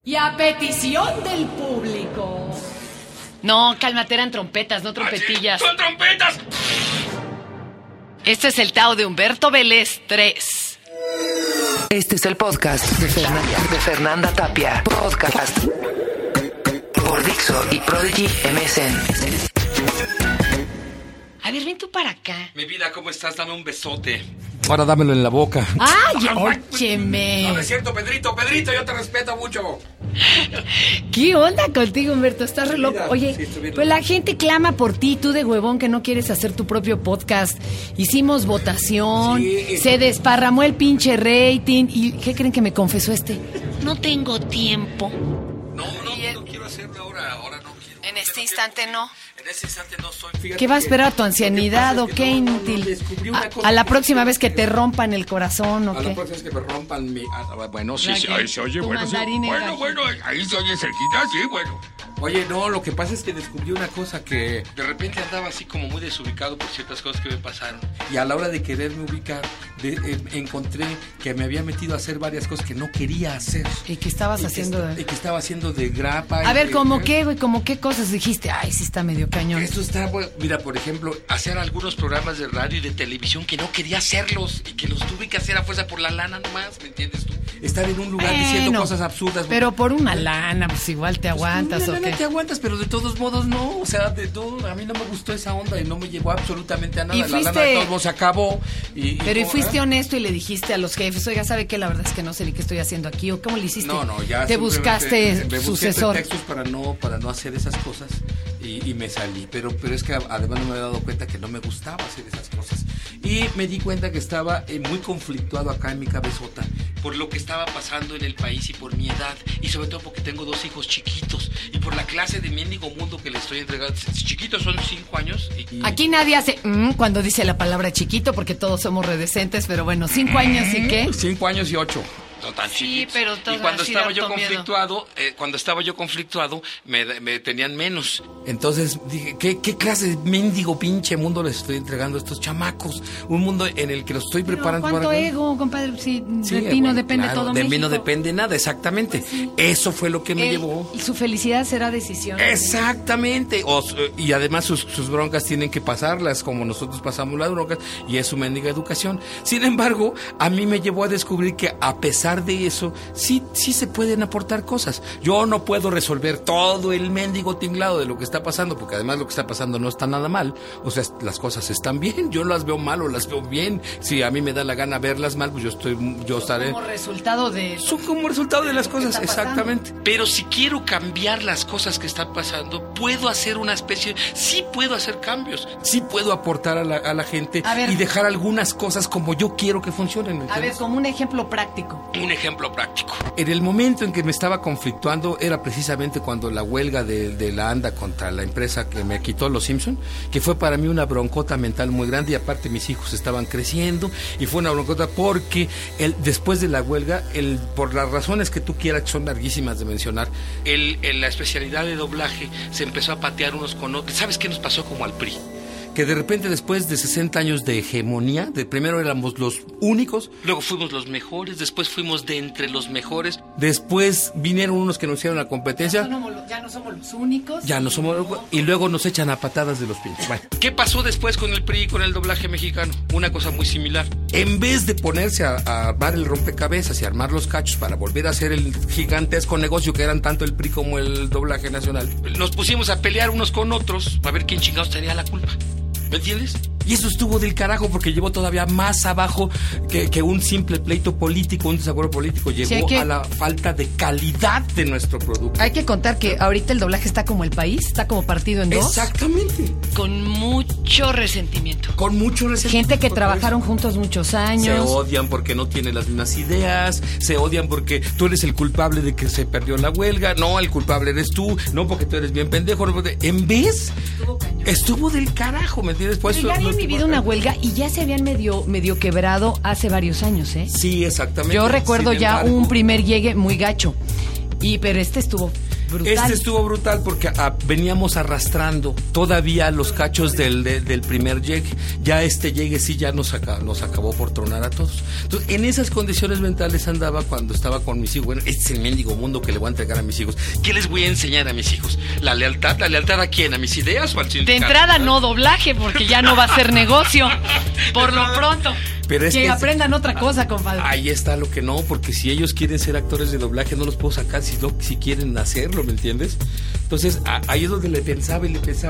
Y a petición del público. No, cálmate, eran trompetas, no trompetillas. ¡Son trompetas! Este es el Tao de Humberto Vélez 3. Este es el podcast de Fernanda Tapia. Podcast por Dixo y Prodigy MSN. A ver, ven tú para acá. Mi vida, ¿cómo estás? Dame un besote. Ahora dámelo en la boca. ¡Ay, óyeme! No es cierto, Pedrito, yo te respeto mucho. ¿Qué onda contigo, Humberto? Estás re loco. Oye, sí, estoy bien pues loco. la gente clama por ti, tú de huevón que no quieres hacer tu propio podcast. Hicimos votación, Sí. se desparramó el pinche rating. ¿Y qué creen que me confesó este? No tengo tiempo. No quiero hacerlo ahora no quiero. En este instante no. En este instante no soy. Fíjate ¿Qué va a esperar tu que ancianidad lo o que pasa qué, es que inútil? descubrí una cosa A la que- próxima vez que te rompan el corazón o A la qué. próxima vez que me rompan mi... bueno, sí, Ya sí, que ahí se oye, tu bueno, sí. mandarín en Bueno, gaji. bueno, ahí se oye cerquita, sí, bueno. Oye, no, lo que pasa es que descubrí una cosa que... De repente andaba así como muy desubicado por ciertas cosas que me pasaron. Y a la hora de quererme ubicar, encontré que me había metido a hacer varias cosas que no quería hacer. ¿Y qué estabas haciendo? Y que estaba haciendo de grapa. A y ver, de- ¿cómo qué, güey? ¿Cómo qué cosas dijiste? Ay, sí está medio cañón. Esto está, bueno, mira, por ejemplo, hacer algunos programas de radio y de televisión que no quería hacerlos y que los tuve que hacer a fuerza por la lana nomás, ¿me entiendes tú? Estar en un lugar diciendo Bueno, cosas absurdas. Pero por una lana, pues igual te aguantas Pues, o una lana qué. te aguantas, pero de todos modos no, o sea, de todo, a mí no me gustó esa onda y no me llevó absolutamente a nada. Y La lana fuiste- de todos modos se acabó. Pero y ¿cómo, fuiste ah? honesto y le dijiste a los jefes, oiga, ¿sabe qué? La verdad es que no sé ni qué estoy haciendo aquí. ¿O cómo le hiciste? No, ya Te simplemente buscaste me busqué sucesor. pretextos para no hacer esas cosas y me salí. Pero es que además no me había dado cuenta que no me gustaba hacer esas cosas. Y me di cuenta que estaba muy conflictuado acá en mi cabezota por lo que estaba pasando en el país y por mi edad. Y sobre todo porque tengo 2 hijos chiquitos. Y por la clase de mendigo mundo que le estoy entregando. Chiquitos son 5 años. Aquí nadie hace cuando dice la palabra chiquito porque todos somos redecentes, pero bueno, 5 años y qué. 5 años y 8. No tan Sí, chiquitos. pero y todas cuando así estaba de yo harto miedo. conflictuado, me tenían menos. Entonces dije, ¿qué clase de mendigo pinche mundo les estoy entregando a estos chamacos? Un mundo en el que los estoy Pero preparando ¿cuánto para... ego, compadre? Sí, Sí, de ti no bueno, depende claro, todo de México. mí no depende nada, exactamente. Eso fue lo que me llevó. Y su felicidad será decisión. Exactamente. Y además sus broncas tienen que pasarlas como nosotros pasamos las broncas y es su mendiga educación. Sin embargo, a mí me llevó a descubrir que a pesar de eso, sí se pueden aportar cosas. Yo no puedo resolver todo el mendigo tinglado de lo que está pasando, porque además lo que está pasando no está nada mal. O sea, las cosas están bien. Yo las veo mal o las veo bien. Si a mí me da la gana verlas mal, pues yo estaré... Como resultado de... Son como resultado de las cosas, está pasando. exactamente. Pero si quiero cambiar las cosas que están pasando, puedo hacer una especie, sí puedo hacer cambios, sí puedo aportar a la gente A ver. y dejar algunas cosas como yo quiero que funcionen. A ver, ¿entiendes? como un ejemplo práctico. Un ejemplo práctico. En el momento en que me estaba conflictuando era precisamente cuando la huelga de la ANDA contra la empresa que me quitó Los Simpson, que fue para mí una broncota mental muy grande y aparte mis hijos estaban creciendo y fue una broncota porque después de la huelga, por las razones que tú quieras, que son larguísimas de mencionar, la especialidad de doblaje se empezó a patear unos con otros. ¿Sabes qué nos pasó como al PRI? Que de repente después de 60 años de hegemonía, primero éramos los únicos, luego fuimos los mejores, después fuimos de entre los mejores, después vinieron unos que nos hicieron la competencia, Ya no somos los únicos. ya no somos, y luego nos echan a patadas de los pies. Bueno, ¿qué pasó después con el PRI y con el doblaje mexicano? Una cosa muy similar. En vez de ponerse a armar el rompecabezas y armar los cachos para volver a hacer el gigantesco negocio que eran tanto el PRI como el doblaje nacional, nos pusimos a pelear unos con otros para ver quién chingados tenía la culpa. ¿Me entiendes? Y eso estuvo del carajo porque llevó todavía más abajo que un simple pleito político, un desacuerdo político. Llegó a la falta de calidad de nuestro producto. Hay que contar que ahorita el doblaje está como el país, está como partido en dos. Exactamente. Con mucho resentimiento. Con mucho resentimiento. Gente que trabajaron juntos muchos Se años. odian porque no tienen las mismas ideas, se odian porque tú eres el culpable de que se perdió la huelga, no, el culpable eres tú, no porque tú eres bien pendejo, no, porque... En vez, estuvo del carajo, ¿me entiendes? Pues Pero ya habían vivido una huelga y ya se habían medio quebrado hace varios años, ¿eh? Sí, exactamente. Yo recuerdo Sin ya embargo, un primer llegue muy gacho. Pero este estuvo brutal. Este estuvo brutal porque veníamos arrastrando todavía los cachos del primer llegue. Ya este llegue sí ya nos acabó por tronar a todos. Entonces, en esas condiciones mentales andaba cuando estaba con mis hijos. Bueno, este es el mendigo mundo que le voy a entregar a mis hijos. ¿Qué les voy a enseñar a mis hijos? ¿La lealtad? ¿La lealtad a quién? ¿A mis ideas o al sindicato? De entrada no doblaje, porque ya no va a ser negocio. Por lo pronto. Pero es que aprendan otra cosa, compadre. Ahí está lo que no, porque si ellos quieren ser actores de doblaje, no los puedo sacar si quieren hacerlo, ¿me entiendes? Entonces, ahí es donde le pensaba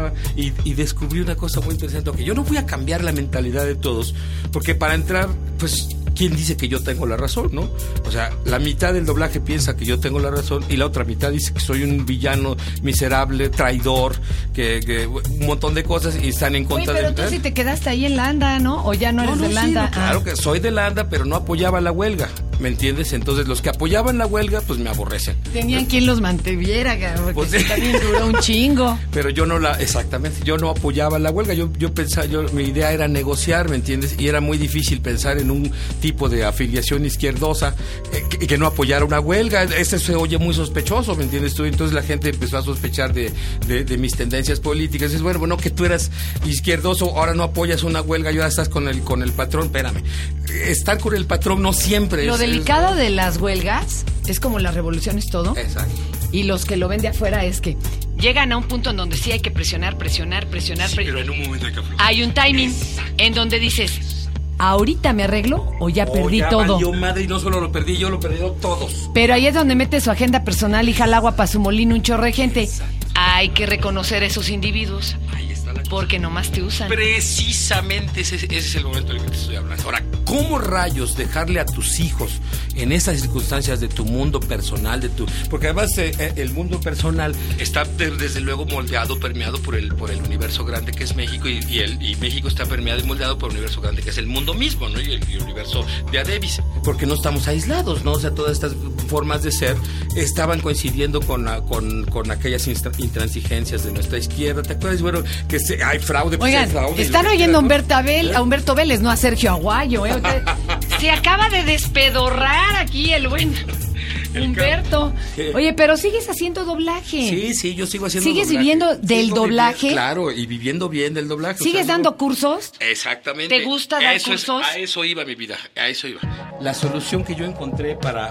y descubrí una cosa muy interesante, que yo no voy a cambiar la mentalidad de todos, porque para entrar, pues, ¿quién dice que yo tengo la razón, no? O sea, la mitad del doblaje piensa que yo tengo la razón y la otra mitad dice que soy un villano miserable, traidor, que un montón de cosas y están en contra de... Pero tú sí te quedaste ahí en la ANDA, ¿no? ¿O ya no eres de la ANDA? Sí, claro que soy de la ANDA, pero no apoyaba la huelga, ¿me entiendes? Entonces, los que apoyaban la huelga, pues me aborrecen. Tenían quien los mantuviera, porque pues, también duró un chingo. Pero yo no exactamente, yo no apoyaba la huelga, yo pensaba, mi idea era negociar, ¿me entiendes? Y era muy difícil pensar en un tipo de afiliación izquierdosa que no apoyara una huelga. Este se oye muy sospechoso, ¿me entiendes tú? Entonces la gente empezó a sospechar de mis tendencias políticas. Es bueno, que tú eras izquierdoso, ahora no apoyas una huelga y ahora estás con el patrón. Espérame, estar con el patrón no siempre Lo delicado de las huelgas es como las revoluciones todo. Exacto. Y los que lo ven de afuera es que llegan a un punto en donde sí hay que presionar. Sí, pero en un momento hay que aflojar. Hay un timing en donde dices, ¿ahorita me arreglo o ya perdí ya todo? Valió madre, y no solo lo perdí yo, lo perdieron todos. Pero ahí es donde mete su agenda personal y jala agua para su molino un chorro de gente. Exacto. hay que reconocer a esos individuos. Ahí está la cosa. Porque nomás te usan. Precisamente ese es el momento en el que te estoy hablando. Ahora, ¿cómo rayos dejarle a tus hijos en esas circunstancias de tu mundo personal, porque además el mundo personal está desde luego moldeado, permeado por el universo grande que es México, y México está permeado y moldeado por el universo grande que es el mundo mismo, ¿no? Y el universo de Adebis, porque no estamos aislados, ¿no? O sea, todas estas formas de ser estaban coincidiendo con aquellas intransigencias de nuestra izquierda. ¿Te acuerdas? Bueno, que hay fraude. Oigan, pues hay fraude, están oyendo a Humberto Vélez, no a Sergio Aguayo, ¿eh? Se acaba de despedorrar aquí el buen Humberto. Oye, pero sigues haciendo doblaje. Sí, yo sigo haciendo ¿Sigues doblaje. viviendo del doblaje? Claro, y viviendo bien del doblaje. ¿Sigues dando cursos? Exactamente. ¿Te gusta dar cursos? A eso iba mi vida, a eso iba. La solución que yo encontré para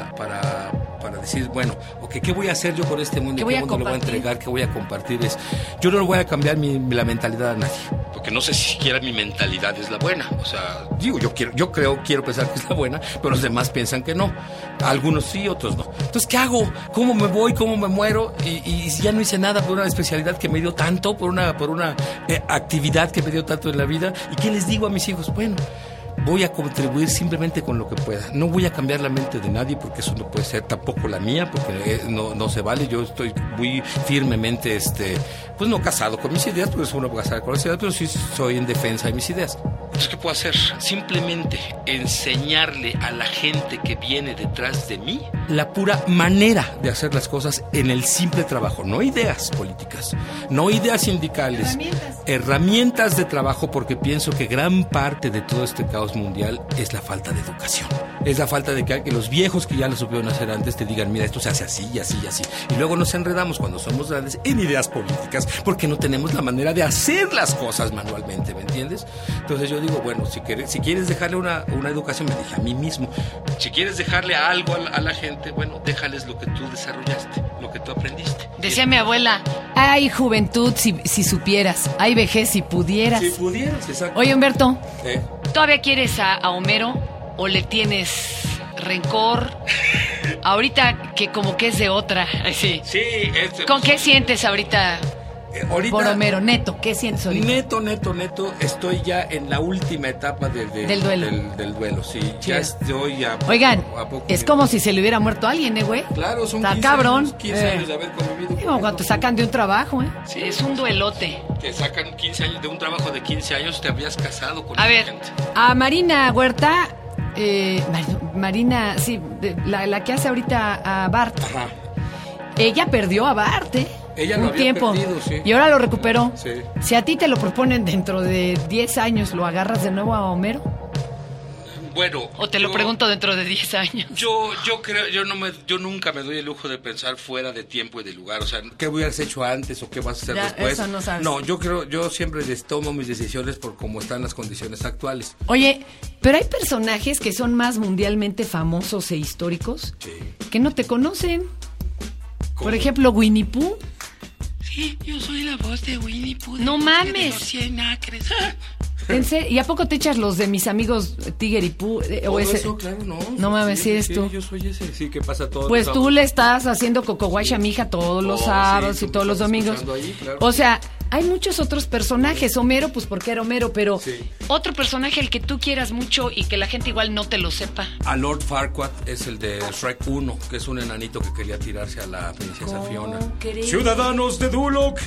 decir, bueno, okay, ¿qué voy a hacer yo con este mundo? ¿Qué mundo le voy a entregar? ¿Qué voy a compartir? Yo no le voy a cambiar la mentalidad a nadie, porque no sé si siquiera mi mentalidad es la buena. O sea, digo, quiero pensar que es la buena, pero los demás piensan que no. Algunos sí, otros no. Entonces, ¿qué hago? ¿Cómo me voy? ¿Cómo me muero? Y si ya no hice nada por una especialidad que me dio tanto, por una actividad que me dio tanto en la vida, ¿y qué les digo a mis hijos? Bueno, voy a contribuir simplemente con lo que pueda. No voy a cambiar la mente de nadie, porque eso no puede ser tampoco la mía, porque no se vale. Yo estoy muy firmemente, pues no casado con mis ideas, porque soy una casada con las ideas, pero sí soy en defensa de mis ideas. Entonces, ¿qué puedo hacer? Simplemente enseñarle a la gente que viene detrás de mí la pura manera de hacer las cosas en el simple trabajo. No ideas políticas, no ideas sindicales, herramientas de trabajo, porque pienso que gran parte de todo este caos mundial es la falta de educación. Es la falta de que los viejos que ya lo supieron hacer antes te digan, mira, esto se hace así y así y así. Y luego nos enredamos cuando somos grandes en ideas políticas, porque no tenemos la manera de hacer las cosas manualmente, ¿me entiendes? Entonces yo digo, bueno, si quieres dejarle una educación, me dije a mí mismo, si quieres dejarle algo a la gente, bueno, déjales lo que tú desarrollaste, lo que tú aprendiste. Decía mi abuela, hay juventud si supieras, hay vejez si pudieras. Si pudieras, exacto. Oye, Humberto, ¿todavía quieres a Homero o le tienes rencor? Ahorita que como que es de otra. Sí. Sí. ¿Con qué sientes ahorita? Ahorita, por Homero, neto, ¿qué sientes ahorita? Neto, estoy ya en la última etapa del duelo. Del duelo, sí. Ya estoy a poco. Oigan, es como si se le hubiera muerto a alguien, güey. Claro, son Está 15 cabrón. años, 15 años de haber convivido. Como cuando te sacan de un trabajo, Sí, es un duelote. Te sacan 15 años de un trabajo de 15 años, te habías casado con esa gente. A Marina Huerta, Marina, sí, la que hace ahorita a Bart. Ajá. Ella perdió a Bart, Ella un lo había tiempo perdido, sí. Y ahora lo recuperó. Sí. Si a ti te lo proponen dentro de 10 años, ¿lo agarras de nuevo a Homero? Bueno, ¿O te lo pregunto dentro de 10 años? Yo creo, yo nunca me doy el lujo de pensar fuera de tiempo y de lugar. O sea, ¿qué hubieras hecho antes o qué vas a hacer Ya, después? eso no sabes. No, yo siempre tomo mis decisiones por cómo están las condiciones actuales. Oye, pero hay personajes que son más mundialmente famosos e históricos Sí. que no te conocen. ¿Cómo? Por ejemplo, Winnie Pooh. Sí, yo soy la voz de Winnie Pooh. No mames. Los 100 acres. ¿Y a poco te echas los de mis amigos Tiger y Pooh? Todo eso, claro, no. No mames, sí eres tú. Yo soy ese, sí, que pasa todo. Pues tú le estás haciendo cocoguacha a mi hija todos los sábados sí, y tú todos me los estás domingos. escuchando ahí, claro. O sea, hay muchos otros personajes. Homero, pues porque era Homero, pero... Sí. Otro personaje al que tú quieras mucho y que la gente igual no te lo sepa. A Lord Farquaad es el de Shrek 1, que es un enanito que quería tirarse a la princesa Fiona. crees? Ciudadanos de Duloc,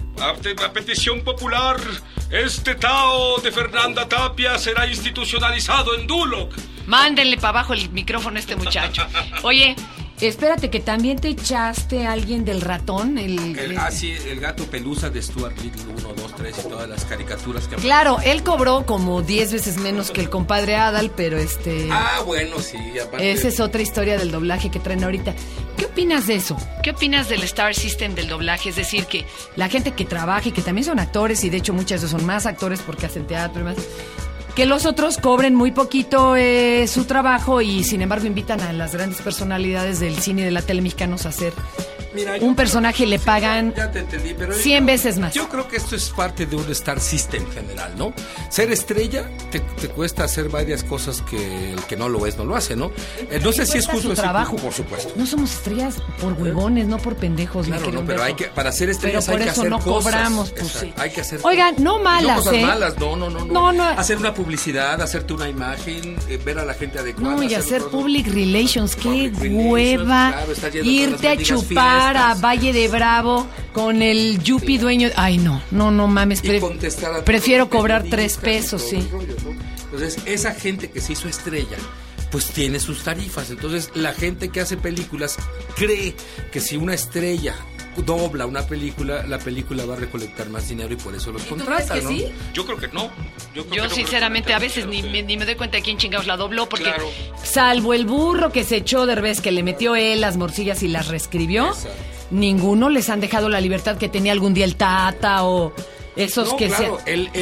a petición popular, este Tao de Fernanda Tapia será institucionalizado en Duloc. Mándenle para abajo el micrófono a este muchacho. Oye, Espérate, que también te echaste a alguien del ratón. Sí, el gato pelusa de Stuart Little 1, 2, 3 y todas las caricaturas que... Claro, él cobró como 10 veces menos que el compadre Adal, pero bueno, sí, aparte... esa es otra historia del doblaje que traen ahorita. ¿Qué opinas de eso? ¿qué opinas del Star System del doblaje? Es decir, que La gente que trabaja y que también son actores, y de hecho muchas veces son más actores porque hacen teatro y más, que los otros cobren muy poquito su trabajo y sin embargo invitan a las grandes personalidades del cine y de la tele mexicanos a hacer Mira, un personaje, le pagan ya te entendí, pero 100 veces más. Yo creo que esto es parte de un Star System general, ¿no? Ser estrella te cuesta hacer varias cosas que el que no lo es no lo hace, ¿no? No sé si es Cuesta justo su ese trabajo. tipo, por supuesto. No somos estrellas por huevones, no por pendejos. Claro, mi querido no, pero Humberto. para ser estrellas Pero hay por que eso hacer no cosas. cobramos, pues Exacto, sí. hay que hacer Oigan, no malas, cosas ¿eh? malas, no. No. Hacer una publicidad, hacerte una imagen, ver a la gente adecuada. No, y hacer todo. public relations, qué Public relations, hueva. claro, estar yendo a todas Irte a las mendigas chupar a fiestas. Valle de Bravo con el yupi dueño. Ay, no mames. Y contestar a todos Prefiero los cobrar periodistas 3 y pesos, todo sí. el rollo, ¿no? Entonces, esa gente que se hizo estrella, pues tiene sus tarifas. Entonces, la gente que hace películas cree que si una estrella dobla una película, la película va a recolectar más dinero y por eso los contratan, crees que ¿no? sí? Yo creo que no. yo sinceramente a veces ni me doy cuenta de quién chingados la dobló porque Claro. Salvo el burro que se echó de revés, que le metió él las morcillas y las reescribió, Exacto. ninguno les han dejado la libertad que tenía algún día el Tata o esos No, que claro,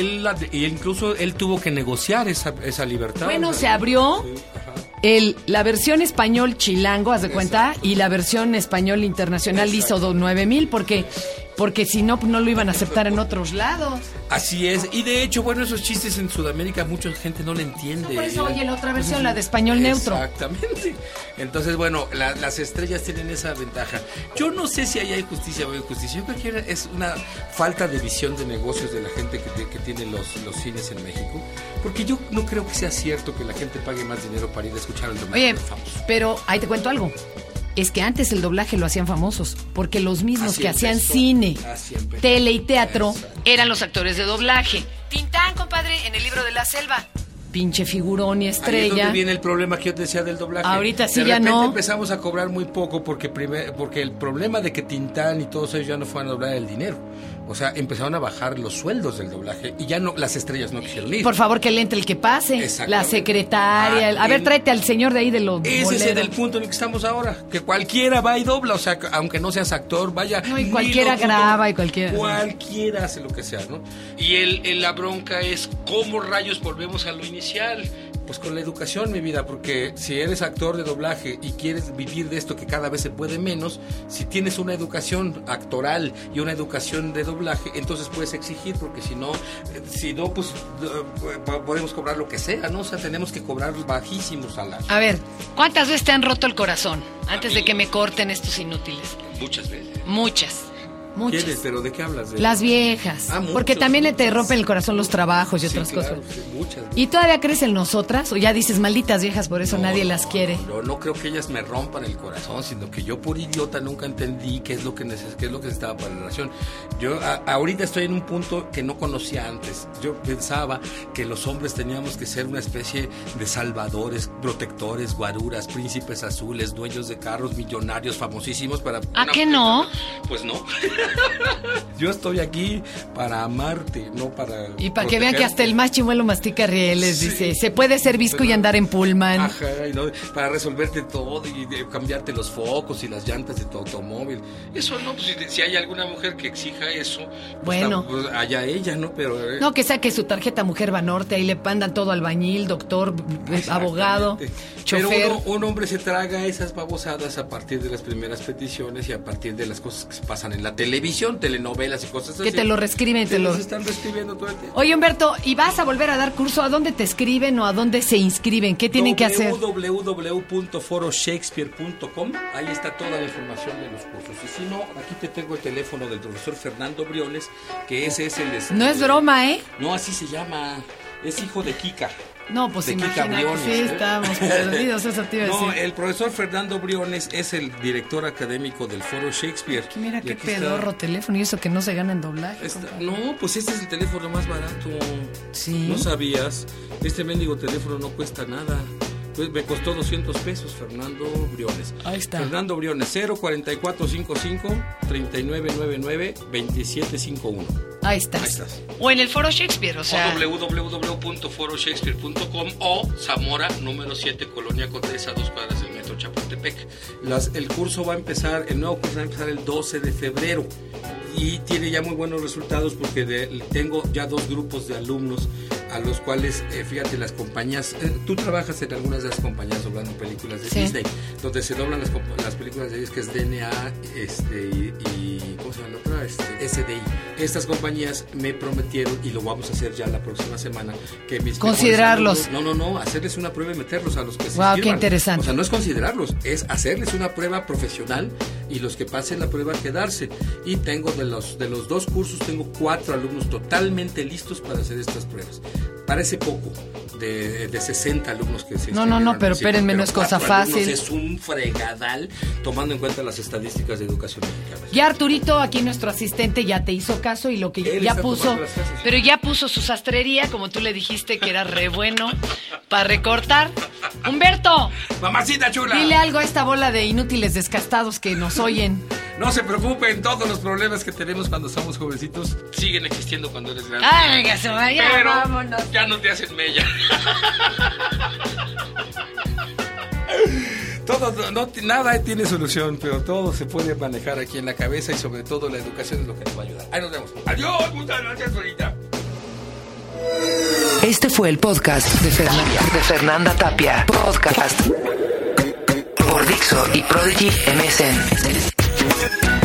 y incluso él tuvo que negociar esa libertad. Bueno, se abrió Sí, ajá. la versión español chilango, haz de cuenta, y la versión español internacional hizo 9,000 porque si no, pues no lo iban a aceptar en otros lados. Así es, y de hecho, bueno, esos chistes en Sudamérica mucha gente no le entiende. Por eso, oye, la otra versión, la de español neutro. Exactamente. Entonces, bueno, las estrellas tienen esa ventaja. Yo no sé si ahí hay justicia o injusticia. Yo creo que es una falta de visión de negocios de la gente que tiene los cines en México. Porque yo no creo que sea cierto que la gente pague más dinero para ir a escuchar al doblaje Oye, de famoso. pero ahí te cuento algo. Es que antes el doblaje lo hacían famosos, porque los mismos Así que hacían empezó. cine, Así empezó. tele y teatro, eran los actores de doblaje. Tintán, compadre, en el libro de la selva. Pinche figurón y Ahí es estrella. donde viene el problema que yo te decía del doblaje. Ahorita sí de ya repente no. empezamos a cobrar muy poco porque el problema de que Tintán y todos ellos ya no fueran a doblar el dinero. O sea, empezaron a bajar los sueldos del doblaje y ya no, las estrellas no quisieron ir. Por favor, que le entre el que pase. Exactamente. La secretaria. A ver, tráete al señor de ahí de los Ese es el boleros. punto en el que estamos ahora, que cualquiera va y dobla, o sea, aunque no seas actor, vaya. No, y ni cualquiera locutor, graba y cualquiera. Cualquiera hace lo que sea, ¿no? Y la bronca es cómo rayos volvemos a lo inicial. Pues con la educación, mi vida, porque si eres actor de doblaje y quieres vivir de esto que cada vez se puede menos, si tienes una educación actoral y una educación de doblaje, entonces puedes exigir, porque si no, pues podemos cobrar lo que sea, ¿no? O sea, tenemos que cobrar bajísimos salarios. A ver, ¿Cuántas veces te han roto el corazón antes de que me corten estos inútiles? Muchas veces. Muchas. muchas. ¿Quiénes? ¿Pero de qué hablas? Las viejas. Muchos, porque también te muchas. rompen el corazón los trabajos y Sí, otras claro, cosas. sí, muchas. ¿Y todavía crees en nosotras? ¿O ya dices, malditas viejas, por eso nadie las quiere? No creo que ellas me rompan el corazón, sino que yo por idiota nunca entendí qué es lo que necesitaba para la relación. Yo ahorita estoy en un punto que no conocía antes. Yo pensaba que los hombres teníamos que ser una especie de salvadores, protectores, guaruras, príncipes azules, dueños de carros, millonarios, famosísimos para... ¿A qué no? Pues no. Yo estoy aquí para amarte, no para... Y para que vean que hasta el más chimuelo mastica rieles, sí. Dice, se puede ser visco y andar en pullman. Ajá, y no, para resolverte todo y cambiarte los focos y las llantas de tu automóvil. Eso no, pues si hay alguna mujer que exija eso, pues bueno, pues allá ella, ¿no? Pero no, que saque su tarjeta Mujer Banorte, ahí le mandan todo albañil, doctor, abogado, chofer. Pero un hombre se traga esas babosadas a partir de las primeras peticiones y a partir de las cosas que se pasan en la televisión, telenovelas y cosas así. Que te lo reescriben, te los están reescribiendo todo el tiempo. Oye, Humberto, ¿y vas a volver a dar curso? ¿A dónde te escriben o a dónde se inscriben? ¿Qué tienen que hacer? www.foroshakespeare.com. Ahí está toda la información de los cursos. Y si no, aquí te tengo el teléfono del profesor Fernando Briones, que ese es el... No es broma, ¿eh? No, así se llama. Es hijo de Kika. No, pues de imagínate, Briones, sí, estamos perdidos, eso te iba a decir. No, el profesor Fernando Briones es el director académico del Foro Shakespeare. Aquí mira qué pedorro teléfono, y eso que no se gana en doblaje. No, pues este es el teléfono más barato. Sí. ¿No sabías? Este mendigo teléfono no cuesta nada. Pues me costó $200, Fernando Briones. Ahí está. Fernando Briones, 04455-3999-2751. Ahí estás. Ahí estás. O en el Foro Shakespeare, o sea... www.foroshakespeare.com o Zamora, número 7, Colonia Condesa, 2 cuadras del metro Chapultepec. El curso va a empezar, el nuevo curso va a empezar el 12 de febrero. Y tiene ya muy buenos resultados porque tengo ya 2 grupos de alumnos a los cuales, fíjate, las compañías, tú trabajas en algunas de las compañías doblando películas de Disney, donde se doblan las películas de Disney, que es DNA y ¿cómo se llama la otra? SDI. Estas compañías me prometieron, y lo vamos a hacer ya la próxima semana, que mis considerarlos. Alumnos, no, hacerles una prueba y meterlos a los que se inscriban. Wow, qué interesante. O sea, no es considerarlos, es hacerles una prueba profesional y los que pasen la prueba quedarse. Y tengo de los 2 cursos, tengo 4 alumnos totalmente listos para hacer estas pruebas. Parece poco, de 60 alumnos que se inscribieron. No, pero espérenme, no es cosa fácil. Es un fregadal, tomando en cuenta las estadísticas de educación mexicana. Ya Arturito, aquí nuestro asistente, ya te hizo caso y lo que él ya puso... Pero ya puso su sastrería, como tú le dijiste que era re bueno, para recortar. ¡Humberto! ¡Mamacita chula! Dile algo a esta bola de inútiles descastados que nos oyen. No se preocupen, todos los problemas que tenemos cuando somos jovencitos siguen existiendo cuando eres grande. ¡Ay, que se vaya! Pero vámonos. Ya no te hacen mella. Nada tiene solución, pero todo se puede manejar aquí en la cabeza y sobre todo la educación es lo que nos va a ayudar. Ahí nos vemos. Adiós, muchas gracias, Florita. Este fue el podcast de Fernanda Tapia. Podcast por Dixo y Prodigy MSN.